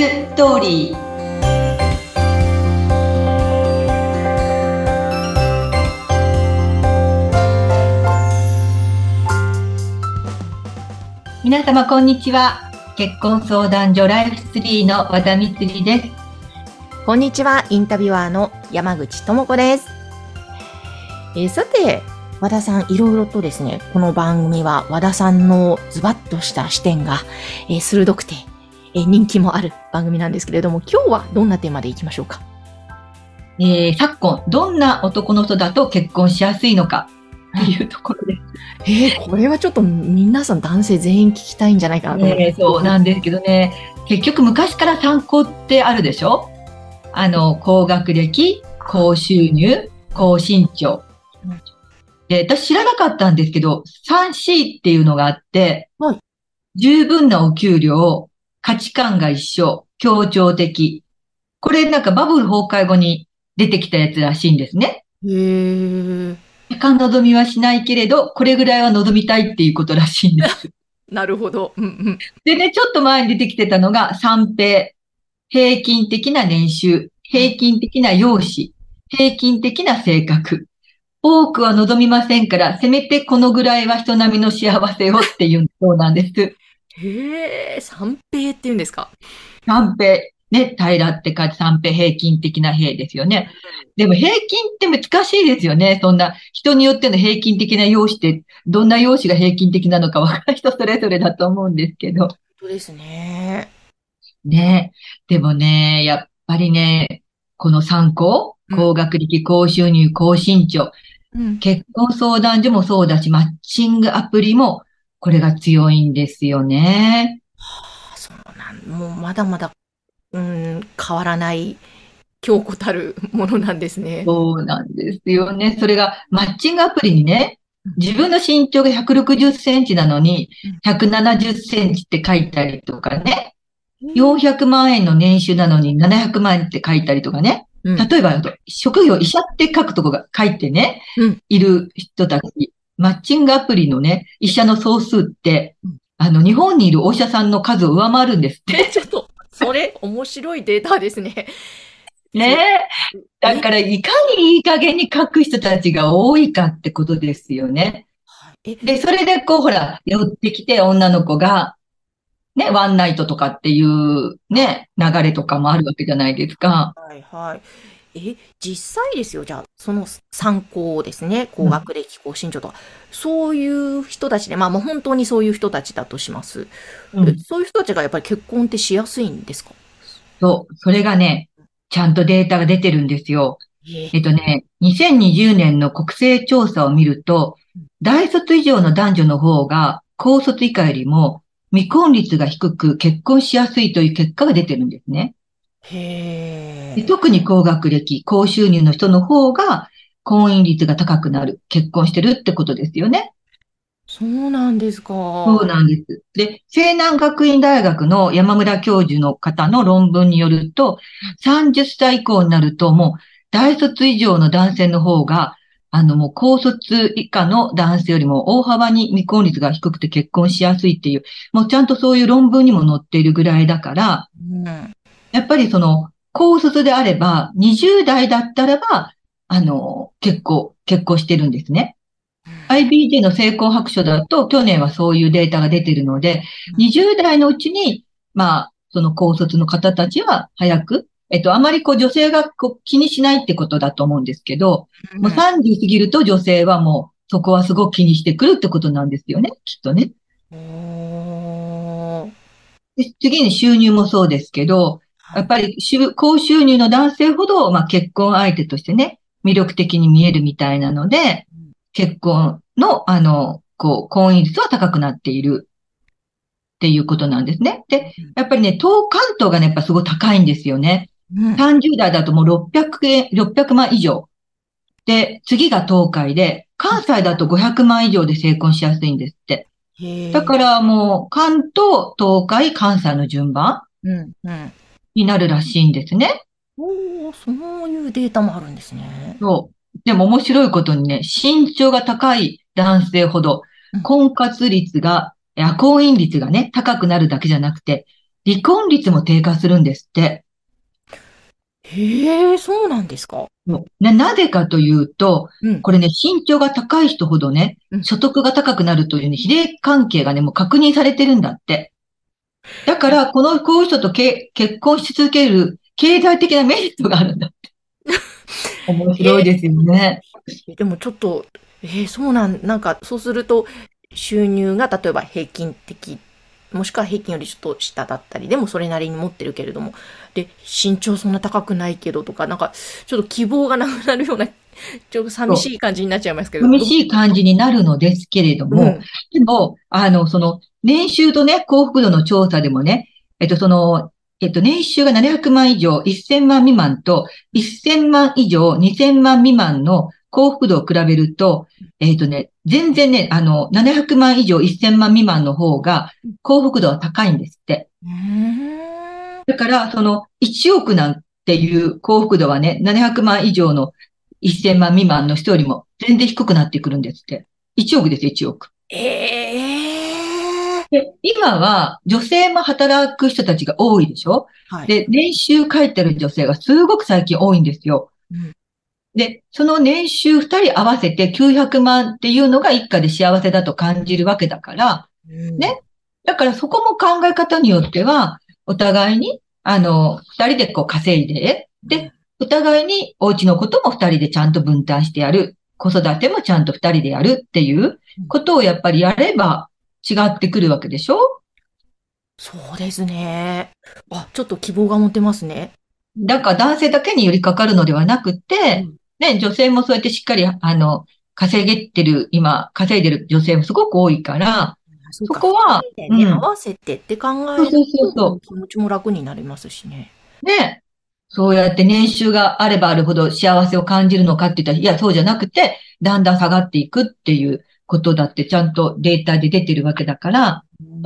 ストーリー。皆様こんにちは。結婚相談所ライフツリーの和田光です。 こんにちは。インタビュアーの山口智子です。さて、和田さん、いろいろとですね、この番組は和田さんのズバッとした視点が、鋭くて、人気もある番組なんですけれども、今日はどんなテーマでいきましょうか。 昨今、どんな男の人だと結婚しやすいのかっていうところです。 これはちょっと皆さん男性全員聞きたいんじゃないかなと思います。 そうなんですけどね、結局昔から参考ってあるでしょ。高学歴、高収入、高身長。で、私知らなかったんですけど、3C っていうのがあって、 はい、 十分なお給料、価値観が一緒、協調的。これなんかバブル崩壊後に出てきたやつらしいんですね。高望みはしないけれど、これぐらいは望みたいっていうことらしいんです。 なるほど。 でね、ちょっと前に出てきてたのが三平。平均的な年収、平均的な容姿、平均的な性格。多くは望みませんから、せめてこのぐらいは人並みの幸せをっていうそうなんです。 三平って言うんですか。 三平。ね、平って書いて三平、平均的な平ですよね。でも平均って難しいですよね。そんな人によっての平均的な容姿って、どんな容姿が平均的なのかわからない人それぞれだと思うんですけど。 そうですね。 ね。でもね、やっぱりね、この参考、高学歴、高収入、高身長、結婚相談所もそうだし、マッチングアプリもこれが強いんですよね。 もうまだまだ、変わらない強固たるものなんですね。 そうなんですよね。それがマッチングアプリにね、自分の身長が160センチなのに、170センチって書いたりとかね。400万円の年収なのに700万円って書いたりとかね。例えば、職業医者って書くとこが書いてね、いる人たち、マッチングアプリのね、医者の総数って、日本にいるお医者さんの数を上回るんですって。 ちょっと、それ、面白いデータですね。 ねえ。だから、いかにいい加減に書く人たちが多いかってことですよね。で、それでこう、ほら、寄ってきて女の子が、ね、ワンナイトとかっていうね、流れとかもあるわけじゃないですか。 はいはい。実際ですよ、じゃあ、その参考ですね、高学歴、高身長とか、そういう人たちで、もう本当にそういう人たちだとします。そういう人たちがやっぱり結婚ってしやすいんですか？ そう、それがね、ちゃんとデータが出てるんですよ。2020年の国勢調査を見ると、大卒以上の男女の方が、高卒以下よりも未婚率が低く結婚しやすいという結果が出てるんですね。特に高学歴、高収入の人の方が婚姻率が高くなる、結婚してるってことですよね。 そうなんですか。 そうなんです。で、西南学院大学の山村教授の方の論文によると、30歳以降になるともう大卒以上の男性の方が、もう高卒以下の男性よりも大幅に未婚率が低くて結婚しやすいっていう、もうちゃんとそういう論文にも載っているぐらいだから、やっぱりその、高卒であれば、20代だったらば、結婚してるんですね。IBJ の成婚白書だと、去年はそういうデータが出てるので、20代のうちに、その高卒の方たちは早く、あまり女性が気にしないってことだと思うんですけど、もう30過ぎると女性はもう、そこはすごく気にしてくるってことなんですよね、きっとね。で次に収入もそうですけど、やっぱり高収入の男性ほど、結婚相手としてね、魅力的に見えるみたいなので、結婚の、婚姻率は高くなっているっていうことなんですね。で、やっぱりね、関東がね、やっぱすごい高いんですよね。30代だともう600万以上。で、次が東海で、関西だと500万以上で成婚しやすいんですって。だからもう、関東、東海、関西の順番になるらしいんですね。 そういうデータもあるんですね。 そう。でも面白いことにね、身長が高い男性ほど、婚姻率がね、高くなるだけじゃなくて、 離婚率も低下するんですって。 へえ、そうなんですか。 なぜかというと、 うん、 これね、身長が高い人ほどね、 うん。 所得が高くなるというね、比例関係がね、もう確認されてるんだって。だから、こういう人と結婚し続ける経済的なメリットがあるんだ。面へえ、 白いですよね。 でもちょっと、なんか、そうすると、収入が例えば平均的、もしくは平均よりちょっと下だったり、でもそれなりに持ってるけれども、で、身長そんな高くないけどとか、なんか、ちょっと希望がなくなるような、ちょっと寂しそう。 い感じになっちゃいますけど、 寂しい感じになるのですけれども、 うん、 でも、年収とね、幸福度の調査でもね、年収が700万以上、1000万未満と、1000万以上、2000万未満の幸福度を比べると、全然ね、700万以上、1000万未満の方が幸福度は高いんですって。 うーん。 だから、1億なんていう幸福度はね、700万以上の1000万未満の人よりも全然低くなってくるんですって。1億ですよ、1億。 ええ、 で、今は女性も働く人たちが多いでしょ。 はい。 で、年収書いてる女性がすごく最近多いんですよ。 うん、 で、その年収2人合わせて900万っていうのが一家で幸せだと感じるわけだから、 うん、 ね。だからそこも考え方によっては、お互いに、二人でこう稼いで、で、お互いにお家のことも二人でちゃんと分担してやる。子育てもちゃんと二人でやるっていううん。 ことをやっぱりやれば違ってくるわけでしょ。 そうですね。あ、ちょっと希望が持てますね。 だから男性だけに寄りかかるのではなくて、 うん。 ね、女性もそうやってしっかり、稼いでる女性もすごく多いから、 あ、そうそか、二こは、 人でね、合うん。 わせてって考えるそうそうそうと、 そ気持ちも楽になりますしね。 う。ね。そうやって年収があればあるほど幸せを感じるのかって言ったら、いや、そうじゃなくて、だんだん下がっていくっていうことだってちゃんとデータで出てるわけだから、 うん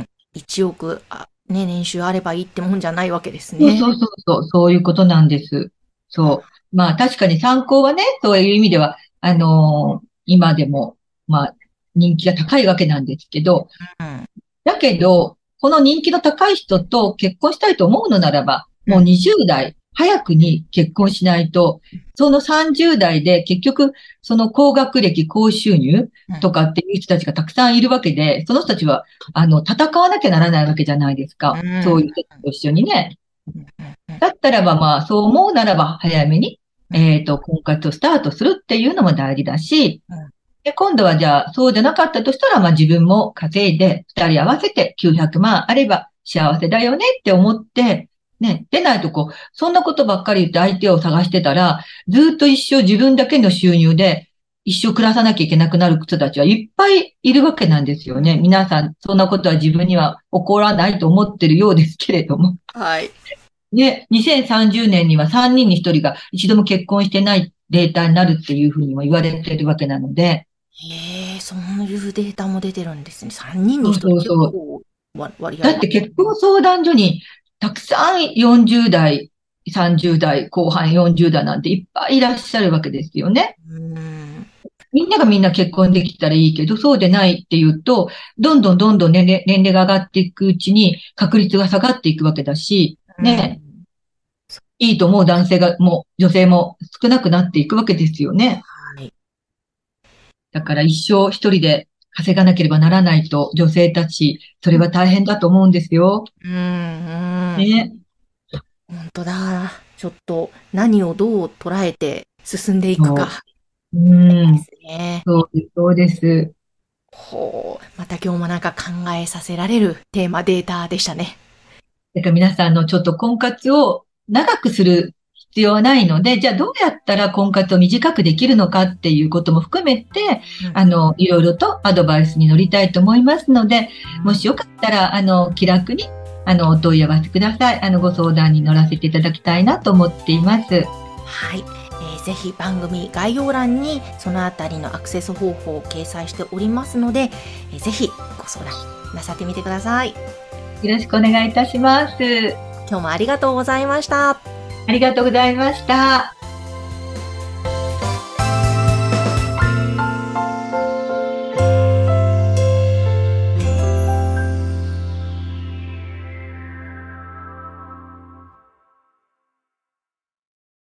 。1億、年収あればいいってもんじゃないわけですね。 そうそうそうそう、そういうことなんです。そう。まあ確かに参考はね、そういう意味では、今でも、まあ人気が高いわけなんですけど、 うん。 だけど、この人気の高い人と結婚したいと思うのならば、もううん。 20代、早くに結婚しないと、その30代で結局、その高学歴、高収入うん。 とかっていう人たちがたくさんいるわけで、その人たちは、戦わなきゃならないわけじゃないですか。そううん。 いう人と一緒にね。 うん。うん。 だったらば、まあ、そう思うならば、早めに、 うん。 婚活をスタートするっていうのも大事だし、 うん。 で、今度はじゃあ、そうじゃなかったとしたら、まあ自分も稼いで、二人合わせて900万あれば幸せだよねって思って、ね、出ないとこう、そんなことばっかり言って相手を探してたら、ずっと一生自分だけの収入で、一生暮らさなきゃいけなくなる人たちはいっぱいいるわけなんですよね。皆さん、そんなことは自分には起こらないと思ってるようですけれども。 はい。 ね、2030年には3人に1人が一度も結婚してないデータになるっていうふうにも言われてるわけなので、 へえ、そういうデータも出てるんですね。3人にそう 1人、 そうそう。 結構割合。 だって結婚相談所にたくさん40代、30代、後半40代なんていっぱいいらっしゃるわけですよね。 うーん。 みんながみんな結婚できたらいいけど、そうでないっていうと、どんどん年齢が上がっていくうちに確率が下がっていくわけだし、 うね、 ん。 いいと思う男性がもう女性も少なくなっていくわけですよね。 はい。 だから一生一人で稼がなければならないと女性たち、それは大変だと思うんですよ。 うん、うん。 ね。 本当だ。ちょっと何をどう捉えて進んでいくか。 そう。うん。 ですね。 そうです、そうです。 ほう。また今日もなんか考えさせられるテーマ、データでしたね。 だから皆さんのちょっと婚活を長くする必要はないので、じゃあどうやったら婚活を短くできるのかっていうことも含めて、 うん。 いろいろとアドバイスに乗りたいと思いますので、もしよかったら、気楽に、お問い合わせください。ご相談に乗らせていただきたいなと思っています。 はい。ぜひ番組概要欄にそのあたりのアクセス方法を掲載しておりますので、ぜひご相談なさってみてください。 よろしくお願いいたします。 今日もありがとうございました。 ありがとうございました。